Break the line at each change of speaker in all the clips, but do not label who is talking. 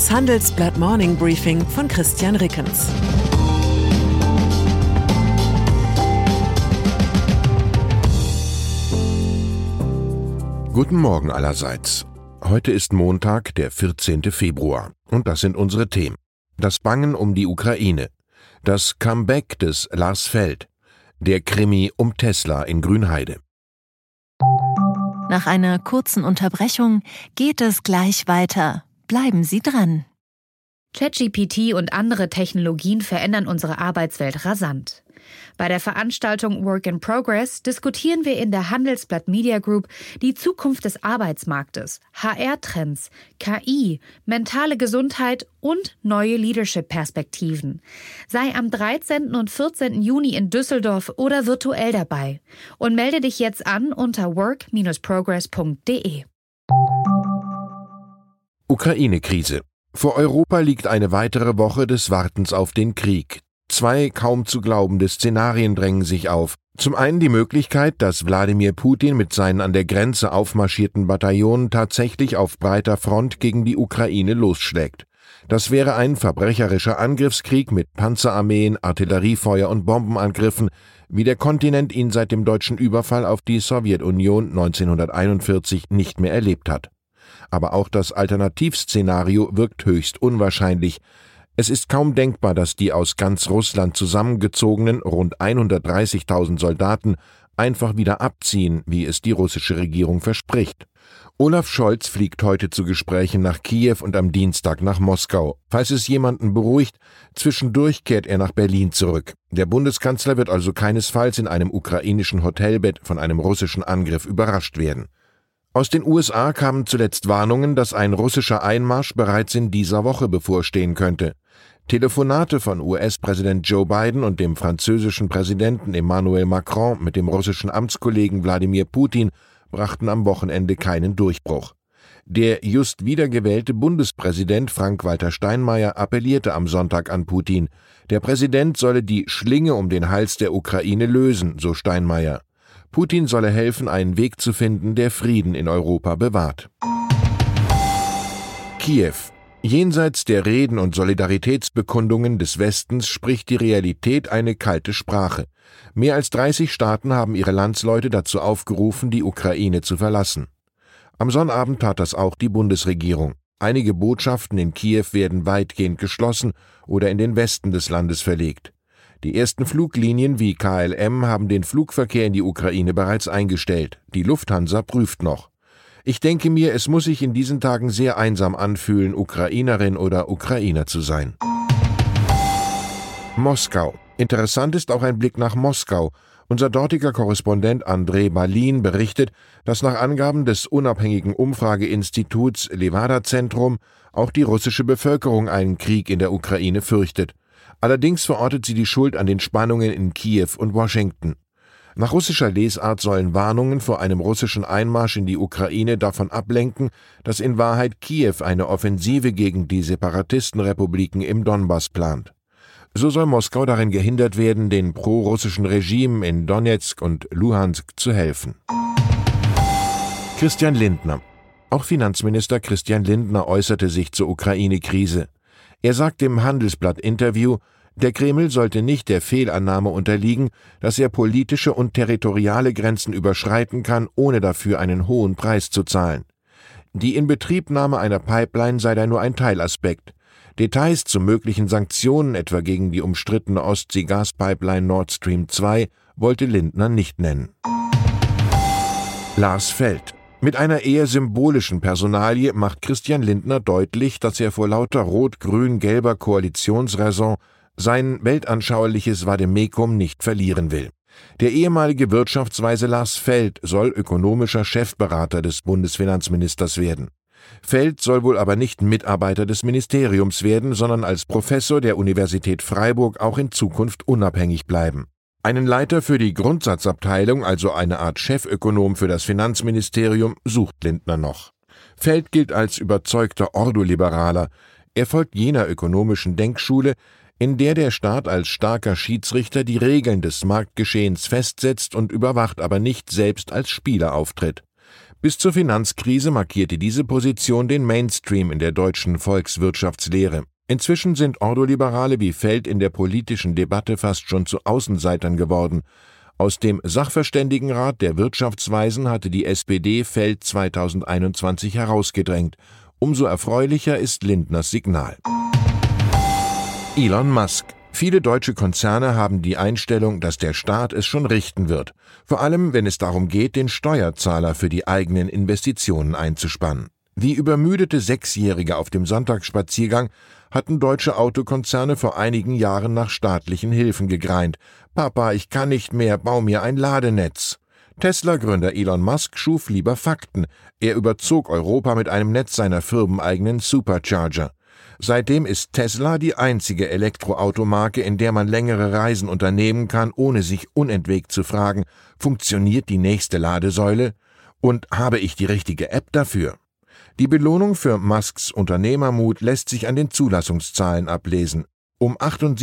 Das Handelsblatt Morning Briefing von Christian Rickens.
Guten Morgen allerseits. Heute ist Montag, der 14. Februar. Und das sind unsere Themen. Das Bangen um die Ukraine. Das Comeback des Lars Feld. Der Krimi um Tesla in Grünheide.
Nach einer kurzen Unterbrechung geht es gleich weiter. Bleiben Sie dran.
ChatGPT und andere Technologien verändern unsere Arbeitswelt rasant. Bei der Veranstaltung Work in Progress diskutieren wir in der Handelsblatt Media Group die Zukunft des Arbeitsmarktes, HR-Trends, KI, mentale Gesundheit und neue Leadership-Perspektiven. Sei am 13. und 14. Juni in Düsseldorf oder virtuell dabei und melde dich jetzt an unter work-progress.de.
Ukraine-Krise. Vor Europa liegt eine weitere Woche des Wartens auf den Krieg. Zwei kaum zu glaubende Szenarien drängen sich auf. Zum einen die Möglichkeit, dass Wladimir Putin mit seinen an der Grenze aufmarschierten Bataillonen tatsächlich auf breiter Front gegen die Ukraine losschlägt. Das wäre ein verbrecherischer Angriffskrieg mit Panzerarmeen, Artilleriefeuer und Bombenangriffen, wie der Kontinent ihn seit dem deutschen Überfall auf die Sowjetunion 1941 nicht mehr erlebt hat. Aber auch das Alternativszenario wirkt höchst unwahrscheinlich. Es ist kaum denkbar, dass die aus ganz Russland zusammengezogenen rund 130.000 Soldaten einfach wieder abziehen, wie es die russische Regierung verspricht. Olaf Scholz fliegt heute zu Gesprächen nach Kiew und am Dienstag nach Moskau. Falls es jemanden beruhigt, zwischendurch kehrt er nach Berlin zurück. Der Bundeskanzler wird also keinesfalls in einem ukrainischen Hotelbett von einem russischen Angriff überrascht werden. Aus den USA kamen zuletzt Warnungen, dass ein russischer Einmarsch bereits in dieser Woche bevorstehen könnte. Telefonate von US-Präsident Joe Biden und dem französischen Präsidenten Emmanuel Macron mit dem russischen Amtskollegen Wladimir Putin brachten am Wochenende keinen Durchbruch. Der just wiedergewählte Bundespräsident Frank-Walter Steinmeier appellierte am Sonntag an Putin. Der Präsident solle die Schlinge um den Hals der Ukraine lösen, so Steinmeier. Putin solle helfen, einen Weg zu finden, der Frieden in Europa bewahrt. Kiew. Jenseits der Reden und Solidaritätsbekundungen des Westens spricht die Realität eine kalte Sprache. Mehr als 30 Staaten haben ihre Landsleute dazu aufgerufen, die Ukraine zu verlassen. Am Sonnabend tat das auch die Bundesregierung. Einige Botschaften in Kiew werden weitgehend geschlossen oder in den Westen des Landes verlegt. Die ersten Fluglinien wie KLM haben den Flugverkehr in die Ukraine bereits eingestellt. Die Lufthansa prüft noch. Ich denke mir, es muss sich in diesen Tagen sehr einsam anfühlen, Ukrainerin oder Ukrainer zu sein. Moskau. Interessant ist auch ein Blick nach Moskau. Unser dortiger Korrespondent Andrei Balin berichtet, dass nach Angaben des unabhängigen Umfrageinstituts Levada-Zentrum auch die russische Bevölkerung einen Krieg in der Ukraine fürchtet. Allerdings verortet sie die Schuld an den Spannungen in Kiew und Washington. Nach russischer Lesart sollen Warnungen vor einem russischen Einmarsch in die Ukraine davon ablenken, dass in Wahrheit Kiew eine Offensive gegen die Separatistenrepubliken im Donbass plant. So soll Moskau darin gehindert werden, den pro-russischen Regimen in Donetsk und Luhansk zu helfen. Christian Lindner. Auch Finanzminister Christian Lindner äußerte sich zur Ukraine-Krise. Er sagt im Handelsblatt-Interview, der Kreml sollte nicht der Fehlannahme unterliegen, dass er politische und territoriale Grenzen überschreiten kann, ohne dafür einen hohen Preis zu zahlen. Die Inbetriebnahme einer Pipeline sei da nur ein Teilaspekt. Details zu möglichen Sanktionen, etwa gegen die umstrittene Ostsee-Gaspipeline Nord Stream 2, wollte Lindner nicht nennen. Lars Feld. Mit einer eher symbolischen Personalie macht Christian Lindner deutlich, dass er vor lauter rot-grün-gelber Koalitionsräson sein weltanschauliches Vademekum nicht verlieren will. Der ehemalige Wirtschaftsweise Lars Feld soll ökonomischer Chefberater des Bundesfinanzministers werden. Feld soll wohl aber nicht Mitarbeiter des Ministeriums werden, sondern als Professor der Universität Freiburg auch in Zukunft unabhängig bleiben. Einen Leiter für die Grundsatzabteilung, also eine Art Chefökonom für das Finanzministerium, sucht Lindner noch. Feld gilt als überzeugter Ordoliberaler. Er folgt jener ökonomischen Denkschule, in der der Staat als starker Schiedsrichter die Regeln des Marktgeschehens festsetzt und überwacht, aber nicht selbst als Spieler auftritt. Bis zur Finanzkrise markierte diese Position den Mainstream in der deutschen Volkswirtschaftslehre. Inzwischen sind Ordoliberale wie Feld in der politischen Debatte fast schon zu Außenseitern geworden. Aus dem Sachverständigenrat der Wirtschaftsweisen hatte die SPD Feld 2021 herausgedrängt. Umso erfreulicher ist Lindners Signal. Elon Musk. Viele deutsche Konzerne haben die Einstellung, dass der Staat es schon richten wird. Vor allem, wenn es darum geht, den Steuerzahler für die eigenen Investitionen einzuspannen. Wie übermüdete Sechsjährige auf dem Sonntagsspaziergang hatten deutsche Autokonzerne vor einigen Jahren nach staatlichen Hilfen gegreint. »Papa, ich kann nicht mehr, bau mir ein Ladenetz.« Tesla-Gründer Elon Musk schuf lieber Fakten. Er überzog Europa mit einem Netz seiner firmeneigenen Supercharger. Seitdem ist Tesla die einzige Elektroautomarke, in der man längere Reisen unternehmen kann, ohne sich unentwegt zu fragen, funktioniert die nächste Ladesäule? Und habe ich die richtige App dafür? Die Belohnung für Musks Unternehmermut lässt sich an den Zulassungszahlen ablesen. Um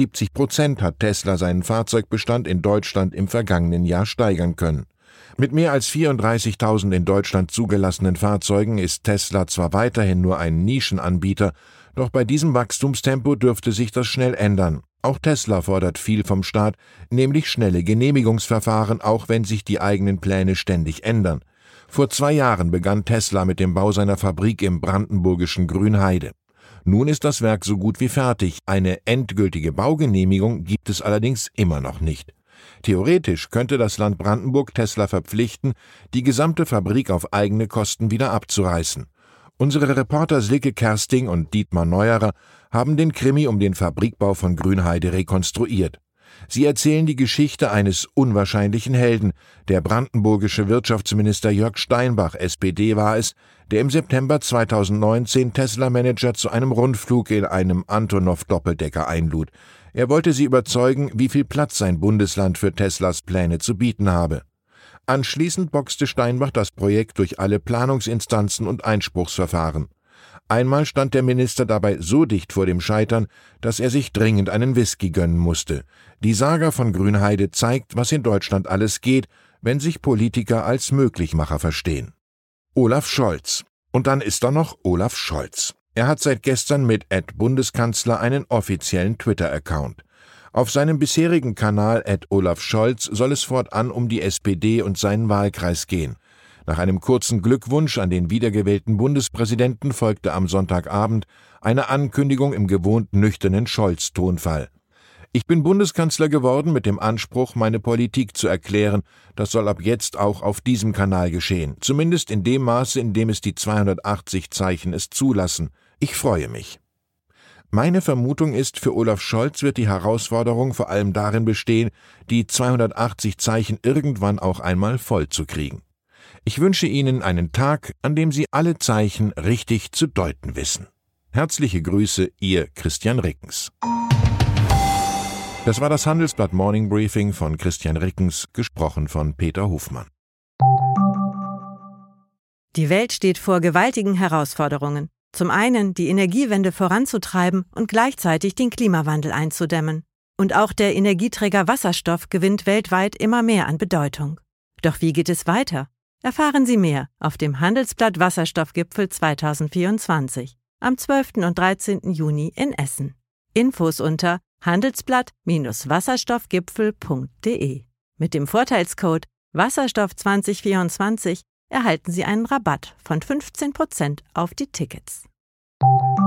78% hat Tesla seinen Fahrzeugbestand in Deutschland im vergangenen Jahr steigern können. Mit mehr als 34.000 in Deutschland zugelassenen Fahrzeugen ist Tesla zwar weiterhin nur ein Nischenanbieter, doch bei diesem Wachstumstempo dürfte sich das schnell ändern. Auch Tesla fordert viel vom Staat, nämlich schnelle Genehmigungsverfahren, auch wenn sich die eigenen Pläne ständig ändern. Vor 2 Jahren begann Tesla mit dem Bau seiner Fabrik im brandenburgischen Grünheide. Nun ist das Werk so gut wie fertig. Eine endgültige Baugenehmigung gibt es allerdings immer noch nicht. Theoretisch könnte das Land Brandenburg Tesla verpflichten, die gesamte Fabrik auf eigene Kosten wieder abzureißen. Unsere Reporter Silke Kersting und Dietmar Neuerer haben den Krimi um den Fabrikbau von Grünheide rekonstruiert. Sie erzählen die Geschichte eines unwahrscheinlichen Helden. Der brandenburgische Wirtschaftsminister Jörg Steinbach, SPD, war es, der im September 2019 Tesla-Manager zu einem Rundflug in einem Antonov-Doppeldecker einlud. Er wollte sie überzeugen, wie viel Platz sein Bundesland für Teslas Pläne zu bieten habe. Anschließend boxte Steinbach das Projekt durch alle Planungsinstanzen und Einspruchsverfahren. Einmal stand der Minister dabei so dicht vor dem Scheitern, dass er sich dringend einen Whisky gönnen musste. Die Saga von Grünheide zeigt, was in Deutschland alles geht, wenn sich Politiker als Möglichmacher verstehen. Olaf Scholz. Und dann ist da noch Olaf Scholz. Er hat seit gestern mit @Bundeskanzler einen offiziellen Twitter-Account. Auf seinem bisherigen Kanal @OlafScholz soll es fortan um die SPD und seinen Wahlkreis gehen. Nach einem kurzen Glückwunsch an den wiedergewählten Bundespräsidenten folgte am Sonntagabend eine Ankündigung im gewohnt nüchternen Scholz-Tonfall. Ich bin Bundeskanzler geworden mit dem Anspruch, meine Politik zu erklären. Das soll ab jetzt auch auf diesem Kanal geschehen. Zumindest in dem Maße, in dem es die 280 Zeichen es zulassen. Ich freue mich. Meine Vermutung ist, für Olaf Scholz wird die Herausforderung vor allem darin bestehen, die 280 Zeichen irgendwann auch einmal voll zu kriegen. Ich wünsche Ihnen einen Tag, an dem Sie alle Zeichen richtig zu deuten wissen. Herzliche Grüße, Ihr Christian Rickens. Das war das Handelsblatt Morning Briefing von Christian Rickens, gesprochen von Peter Hofmann.
Die Welt steht vor gewaltigen Herausforderungen. Zum einen die Energiewende voranzutreiben und gleichzeitig den Klimawandel einzudämmen. Und auch der Energieträger Wasserstoff gewinnt weltweit immer mehr an Bedeutung. Doch wie geht es weiter? Erfahren Sie mehr auf dem Handelsblatt Wasserstoffgipfel 2024 am 12. und 13. Juni in Essen. Infos unter handelsblatt-wasserstoffgipfel.de. Mit dem Vorteilscode Wasserstoff2024 erhalten Sie einen Rabatt von 15% auf die Tickets.